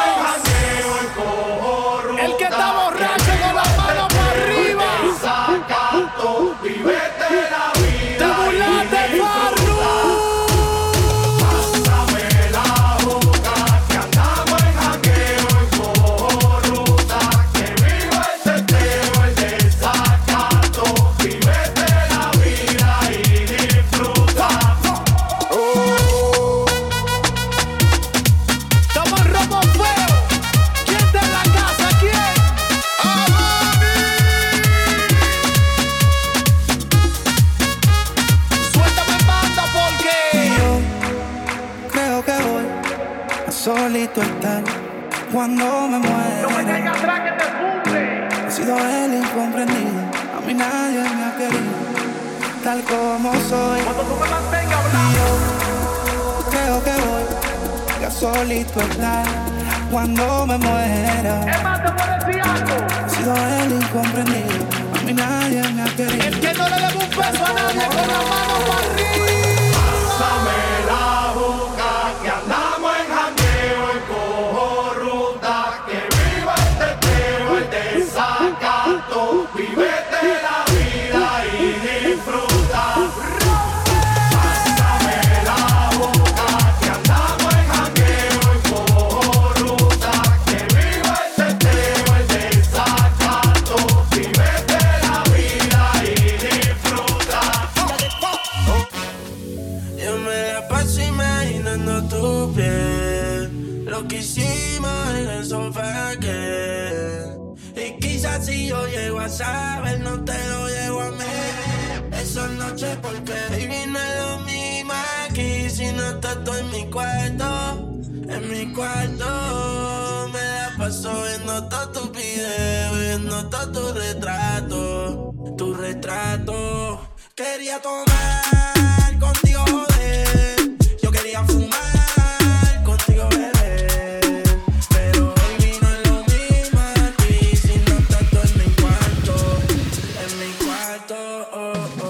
Dios! El que está borracho con las manos para arriba. Desacato, vivete la vida. ¡Te burlaste, Farru! Pásame la boca, que andamos en jangueo y cojo ruta. Que viva el teteo, el desacato. Vivete la vida y disfruta. Estamos en robo feo. ¿Quién está en la casa? ¿Quién? Suéltame banda porque yo creo que voy a solito estar cuando me muera. no me tengas atrás que te funde. He sido el incomprendido, a mí nadie me ha querido tal como soy. Cuando tú me mantengas Y hablando. yo creo que voy a solito estar cuando me muera. Es más, te puedo decir algo. He sido el incomprendido, a mí nadie me ha querido. El que no le debe un peso a nadie con la mano para arriba. Pásame la boca, que andamos en jangueo y cojo ruta. Que viva el teteo, el desacato. Vivete la vida y disfruta. Pásame la boca, que andamos en jangueo y cojo ruta. Que viva el teteo, el desacato. Vivete la vida y disfruta. Yo me la paso imaginando tu piel, lo que hicimos en el sofá aquel. Y quizás si yo llego a saber, no te lo llevo a mí. Esa noche porque baby no es lo mismo aquí. Si no estás tú en mi cuarto, me la paso viendo todos tus videos, viendo todo tu retrato. Quería tomar contigo, joder. Yo quería fumar contigo, beber. Pero baby no es lo mismo aquí. Si no estás tú en mi cuarto, oh, oh, oh.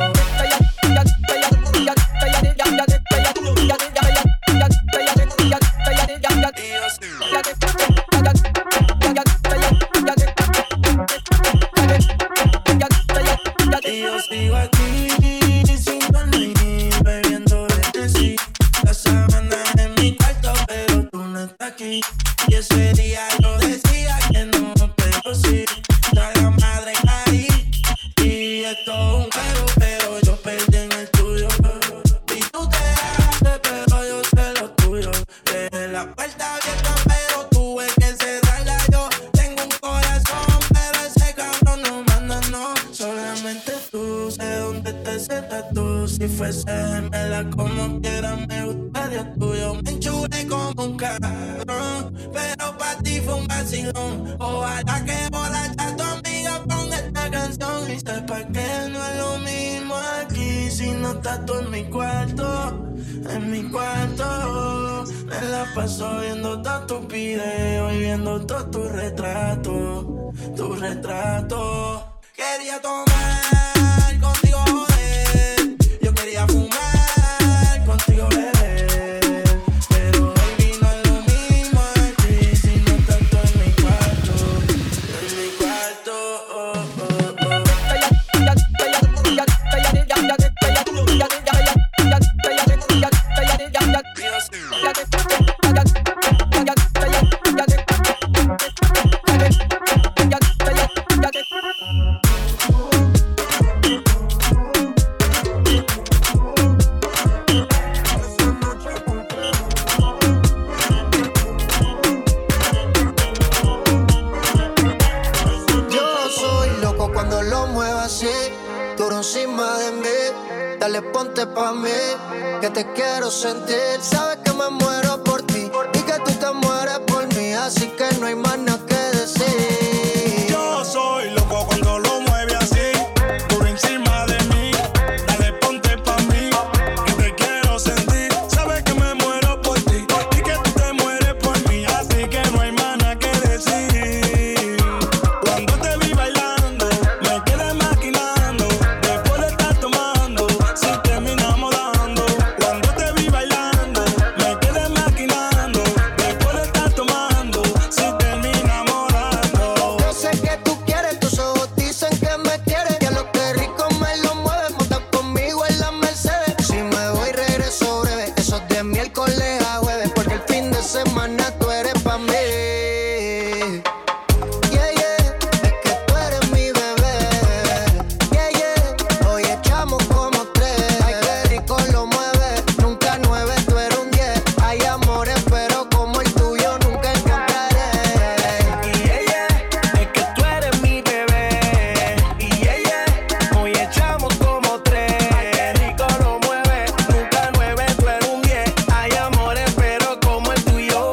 Y yo sigo aquí sin dormir, bebiendo de sí. La sábana en mi cuarto, pero tú no estás aquí. Y ese día yo decía que no, pero sí. Está la madre ahí. Y esto es un juego, pero yo perdí en el tuyo. Y tú te dejaste, pero yo sé lo tuyo. Dejé la puerta abierta, pero tuve que cerrarla yo. Tengo un corazón, pero ese cabrón no manda, no. Solamente tú, sé dónde te sientas tú. Si fuese gemela como quiera, me gustaría tuyo. Me enchulé como un cabrón, pero para ti fue un vacilón. Ojalá que borracha tu amiga ponga esta canción y sepa que no es lo mismo aquí. Si no estás tú en mi cuarto, me la paso viendo todos tus videos y viendo todos tus retratos, Quería tomar contigo, joder. Yo quería fumar contigo, beber. Pero baby no es lo mismo aquí. Si no estás tú en mi cuarto, oh, oh, oh. Encima de mí, dale ponte pa' mí, que te quiero sentir. Sabes que me muero por ti y que tú te así que no hay más nada que decir. Yo soy loco cuando lo mueve así, duro encima de mí. Dale, ponte pa' mí, que te quiero sentir. Sabes que me muero por ti y que tú te mueres por mí, así que no hay más nada que decir. Cuando te vi bailando, me quedé maquinando. Después de estar tomando, si terminamos dando. Cuando te vi bailando, me quedé maquinando. Después de estar tomando, si terminamos dando. Yo sé que tú quieres, tus ojos dicen que me quieres. Que lo que rico me lo mueve, monta conmigo en la Mercedes. Si me voy regreso breve, esos de miércoles a jueves, porque el fin de semana tú eres pa' mí. Yeah, yeah, es que tú eres mi bebé. Yeah, yeah, hoy echamos como 3. Ay, qué rico lo mueve, nunca 9, tú eres un 10. Hay amores, pero como el tuyo nunca encontraré. Yeah, yeah, es que tú eres mi bebé. Yeah, yeah, hoy echamos como 3. Qué rico lo mueve, nunca 9, tú eres un 10. Hay amores, pero como el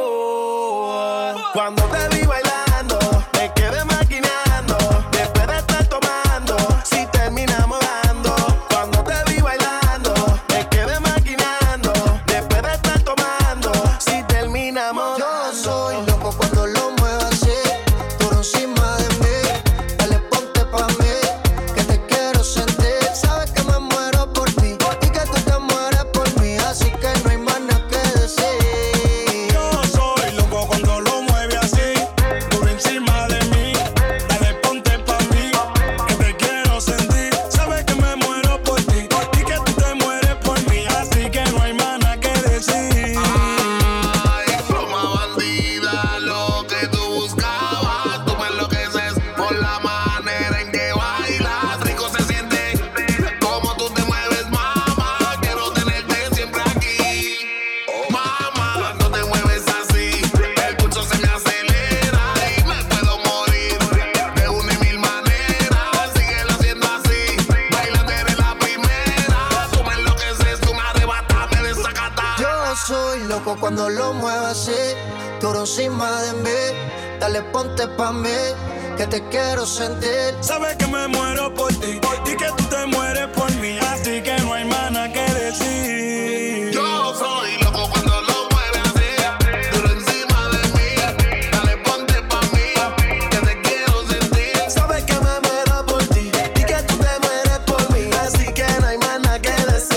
tuyo. Cuando te vi bailando, me quedé maquinando. Después de estar tomando, si terminamos dando. Cuando te vi bailando, me quedé maquinando. Después de estar tomando, si terminamos Yo dando. soy loco cuando lo muevo así, duro encima de mí. Dale, ponte pa' mí, que te quiero sentir. Sabes que me muero por ti y que tú te mueres por mí, así que no hay más nada que decir. Yo soy loco cuando lo mueve así, duro encima de mí. Dale, ponte pa' mí, que te quiero sentir. Sabes que me muero por ti y que tú te mueres por mí, así que no hay más nada que decir. Ay, ploma bandida, lo que tú buscabas. Tú me enloqueces por la manera en que bailas. Rico se siente como tú te mueves, mamá. Quiero tenerte siempre aquí, mamá. Cuando te mueves así, el pulso se me acelera y me puedo morir de una y mil maneras. Síguelo haciendo así, bailando eres la primera. Tú me enloqueces, tú me arrebatas, me desacatas. Yo soy loco cuando lo muevo así, duro encima de mí. Dale, ponte pa' mí, que te quiero sentir. Sabes que me muero por ti y que tú te mueres por mí, así que no hay más nada que decir. Yo soy loco cuando lo mueve así, duro encima de mí. Dale, ponte pa' mí, que te quiero sentir. Sabes que me muero por ti y que tú te mueres por mí, así que no hay más nada que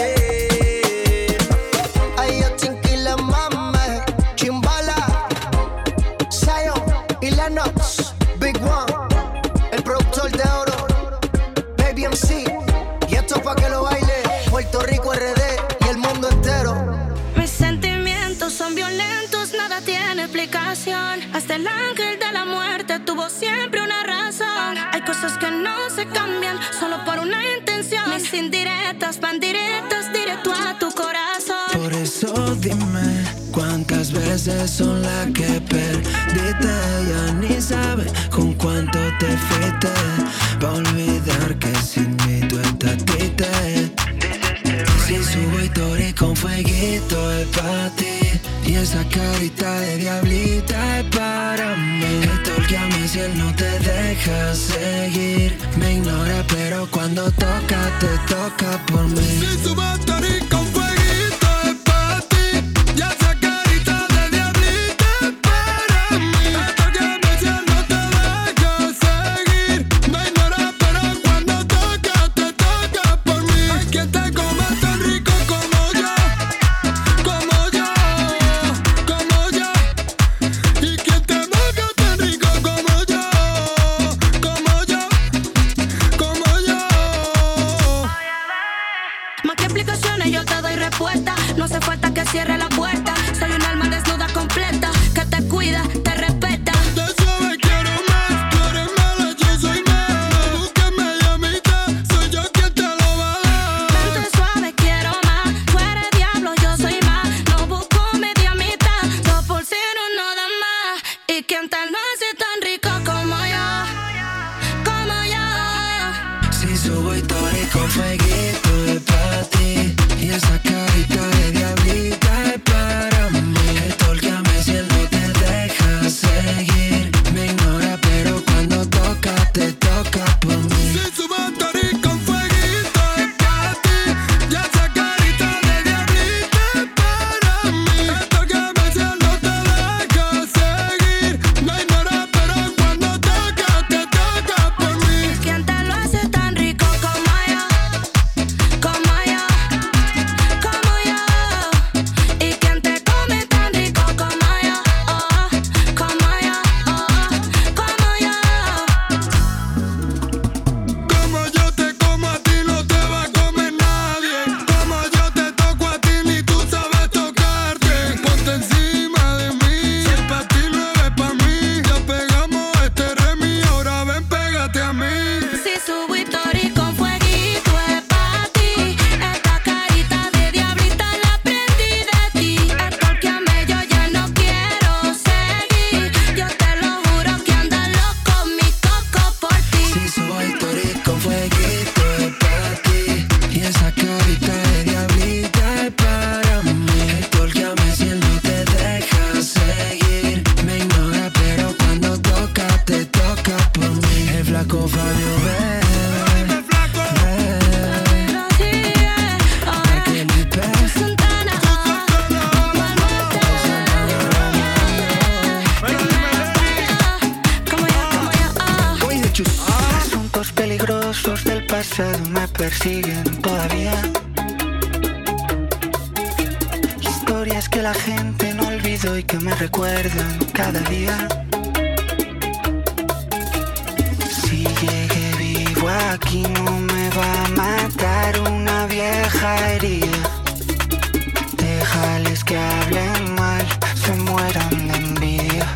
decir. Ay, yo chinquila, mame, Chimbala, Zion y Lennox, Big One, el productor de oro, Baby MC. Y esto pa' que lo baile Puerto Rico, RD y el mundo entero. Mis sentimientos son violentos, nada tiene explicación. Hasta el ángel de la muerte tuvo siempre una razón. Hay cosas que no se cambian solo por una intención. Mis indirectas van directas directo a tu corazón. Por eso dime cuántas veces son las que perdiste. Ya ni sabes con cuánto te fuiste, pa' olvidar que sin mí tú estás triste. Si subo historia con fueguito es pa' ti, y esa carita de diablita es para mí. Estorqueame si él no te deja seguir. Me ignora pero cuando toca te toca por mí. Si subo historia con fueguito es pa' ti, y esa carita de diablita es para mí. Estorqueame si él no te deja seguir. Me ignora pero cuando toca te toca por mí. Hay quien te come tan rico como yo, como yo, como yo. Y quien te moja tan rico como yo, como yo, como yo. Más que explicaciones yo te doy respuesta. No hace falta que cierre la puerta. Soy un alma desnuda completa que te cuida, te respeta. Te suave, quiero más. Tú eres mala, yo soy malo. No busques media mitad, soy yo quien te lo va a dar. Vente suave, quiero más. Tú eres diablo, yo soy más. No busco media mitad. 2 por 0 no dan más. Y quien tal no hace tan rico como yo, como yo. Si subo historia con fueguito es pa' ti, y esa carita de diablita es para mí. Estorqueame si él no te deja seguir. pasado me persiguen todavía. Historias que la gente no olvidó y que me recuerdan cada día. Si llegué vivo aquí no me va a matar una vieja herida. Déjales que hablen mal, se mueran de envidia.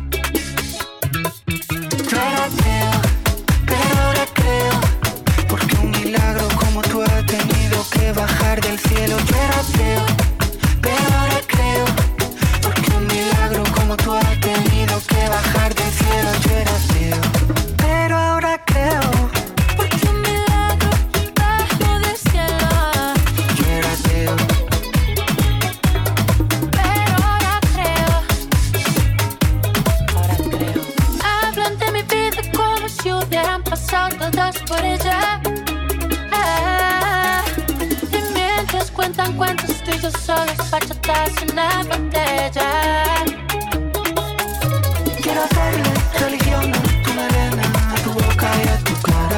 Yo era ateo, pero ahora creo, porque un milagro como tú ha tenido que bajar del cielo. Yo era ateo, pero ahora creo, porque un milagro como tú ha tenido que bajar del cielo. Yo era ateo, pero ahora creo, porque un milagro bajo del cielo. yo era ateo. Pero ahora creo. Hablan de mi vida como si hubieran pasado todas por ella. Y mientras cuentan cuentos tú y yo solos bachatas en la botella. Quiero hacerle religión a tu melena, a tu boca y a tu cara.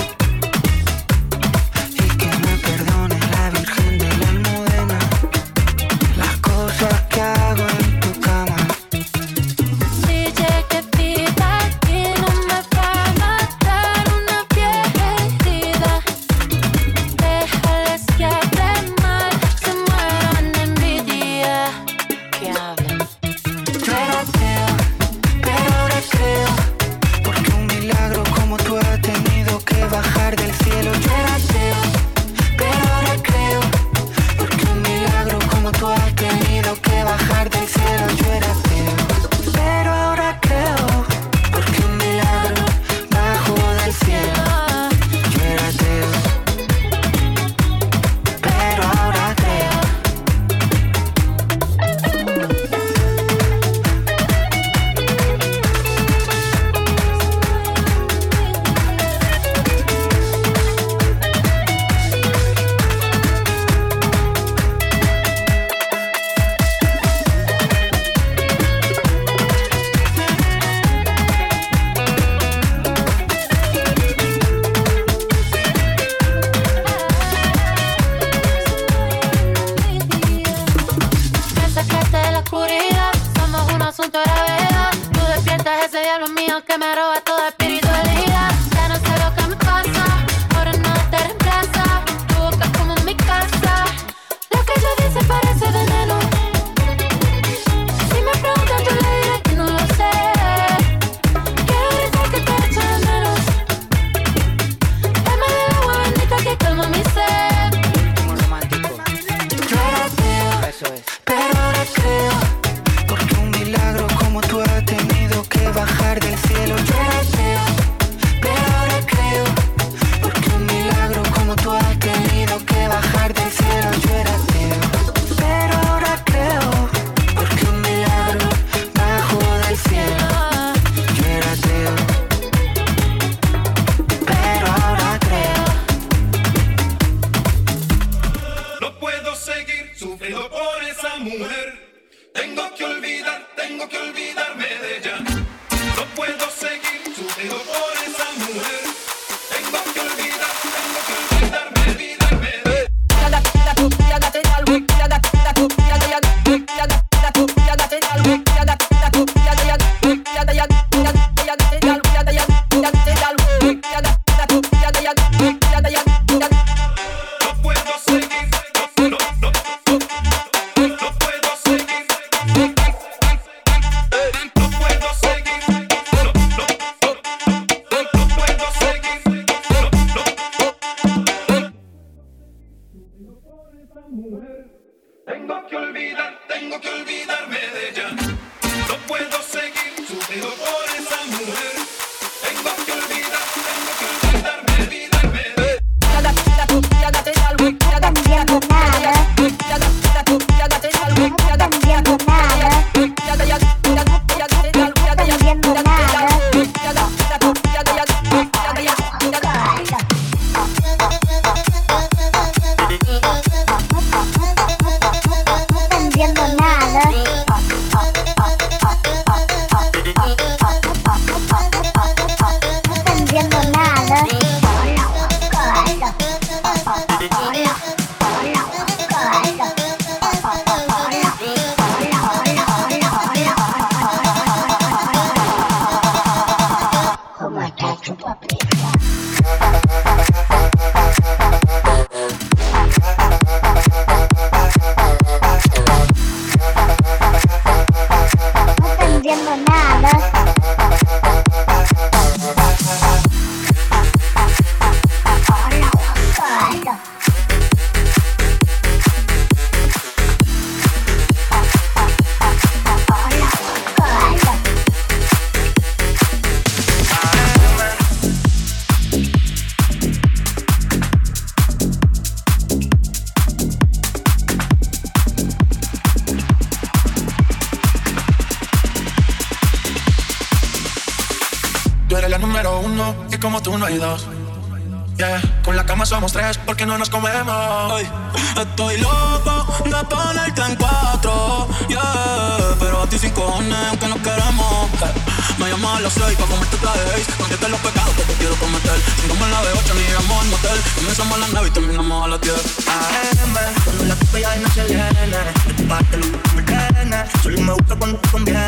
Y que me perdone la Virgen de la Almudena las cosas que hago en tu cama. Si llegué viva aquí no me va a matar una vieja herida. Déjales que hablen mal, se mueran de envidia. Que hablen. Yo era ateo, pero ahora creo, porque un milagro como tú ha tenido que bajar del cielo. Yo era ateo, pero ahora creo, porque un milagro como tú ha tenido que bajar del cielo. Yo era ateo, pero ahora creo, porque un milagro bajó del cielo. Yo era ateo, pero ahora creo. Me sacaste de la oscuridad, somos un asunto de gravedad. Tú despiertas ese diablo mío que me roba toda espiritualidad. Ya no sé lo que me pasa, ahora nada te reemplaza. Tu boca es como mi casa, lo que yo dice parece veneno. Si me preguntan yo le diré que no lo sé. Quiero gritar que te echo de menos. Dame del agua bendita que calma mi sed. Yo era ateo, pero ahora creo, porque un milagro como tú ha tenido que bajar del cielo. Yo era ateo, pero ahora creo, porque un milagro como tú ha tenido que bajar del cielo. Yo era ateo, pero ahora creo, porque un milagro bajó del cielo. Yo era ateo, pero ahora creo. No puedo seguir sufriendo por esa mujer. Tengo que olvidarme de ella. No puedo seguir sufriendo por esa mujer. Tengo que olvidarme de ella. No puedo seguir, no puedo seguir. entiendo nada. Hola, Juan Carlos. Hola, Juan Carlos. Tú eres la número uno y como tú no hay dos. Yeah, con la cama somos tres porque no nos comemos. Ay, estoy loco de ponerte en cuatro, yeah, pero a ti sin cojones aunque nos queremos. Me llamas a las 6 pa' comerte otra vez. Conteste los pecados que te quiero cometer. Si no me la de 8 ni llegamos al motel. Comenzamos a las 9 y terminamos a las 10 AM, cuando la tope ya no se viene. De tu parte lo que me tiene. Solo me busca cuando te conviene.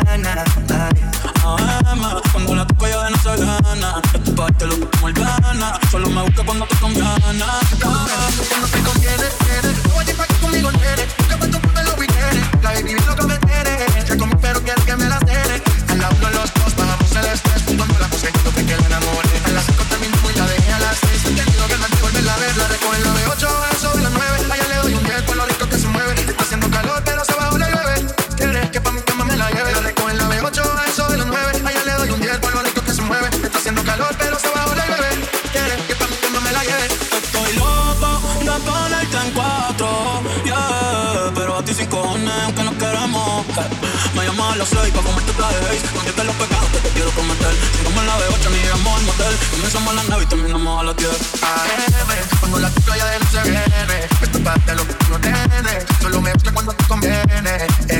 AM, cuando la tope ya no se gana. De tu parte lo que me gana. Solo me busca cuando te conviene. Cuando te conviene, tú vas a ir pa' que conmigo nene. Que cuento por lo que quieres. La baby lo que me tiene. Ya comí pero quiero que me las tiene. Al lado de los dos bajamos el estrés. Cuando la puse yo que me enamoré. A las 5 terminamos y la dejé a las 6. Entendido que antes de volverla a ver. La recojo en la de 8, eso de las 9. Allá le doy un 10 por lo rico que se mueve. Está haciendo calor pero se bajó la llueve. Quieres que pa' mi cama me la lleve. La recojo en la de 8, eso de las 9. Allá le doy un 10 por lo rico que se mueve. Está haciendo calor pero se bajó la llueve. Quieres que pa' mi cama me la lleve. Estoy loco de ponerte en cuatro, yeah, pero a ti sin cojones aunque nos queremos. Me llamas a las 6 pa' comerte otra vez. Conteste los pecados que te quiero cometer. Si no me la de 8 ni llegamos al motel. Comenzamos a las 9 y terminamos a las 10 AM, cuando la toca ya de no se viene. Esto parte lo que tú no tienes. Solo me busca cuando te conviene.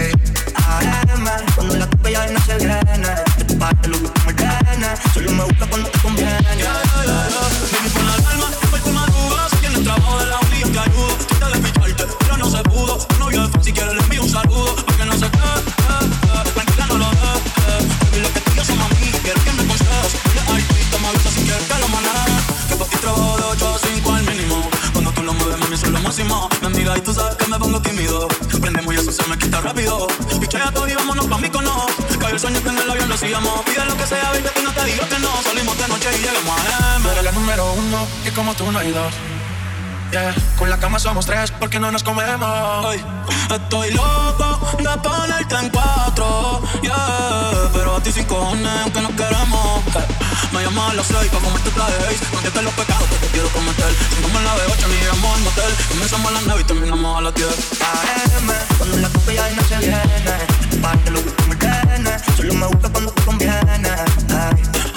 AM, cuando la toca ya de no se viene. Esto parte lo que tú me tienes. Solo me busca cuando te conviene. Baby, pon la alarma, después tú madrugas. Si tienes trabajo de la uni, yo te ayudo. Trata de ficharte, pero no se pudo. Tu novio es fan, si quieres le envío un saludo. Porque no sé qué, tranquila no lo dejes. Baby, lo que tú y yo somos amigos, quiero que me aconsejes. Ella es artista, me avisa si quieres que lo maneje. Que por ti trabajo de 8 a 5 al mínimo. Cuando tú lo mueves, mami, eso es lo máximo. Mi amiga, y tú sabes que me pongo tímido. Prendemos y eso se me quita rápido. Pichea todo y vámonos pa' mí con no. Cayó el sueño que en el avión lo hacíamos. Pide lo que sea, baby, que no te digo que no. Salimos de noche y llegamos a M. Tú eres la número uno y como tú no hay dos. Yeah, con la cama somos tres porque no nos comemos. Ay, estoy loco de ponerte en cuatro, yeah, pero a ti sin cojones aunque nos queremos. Me llamas a las 6 pa' comerte otra vez. Conteste los pecados que te quiero cometer. Si no me la de 8 ni llegamos al motel. Comenzamos a las 9 y terminamos a las 10 AM, cuando la tope ya no se viene. De tu parte lo que tú me tienes. Solo me busca cuando te conviene.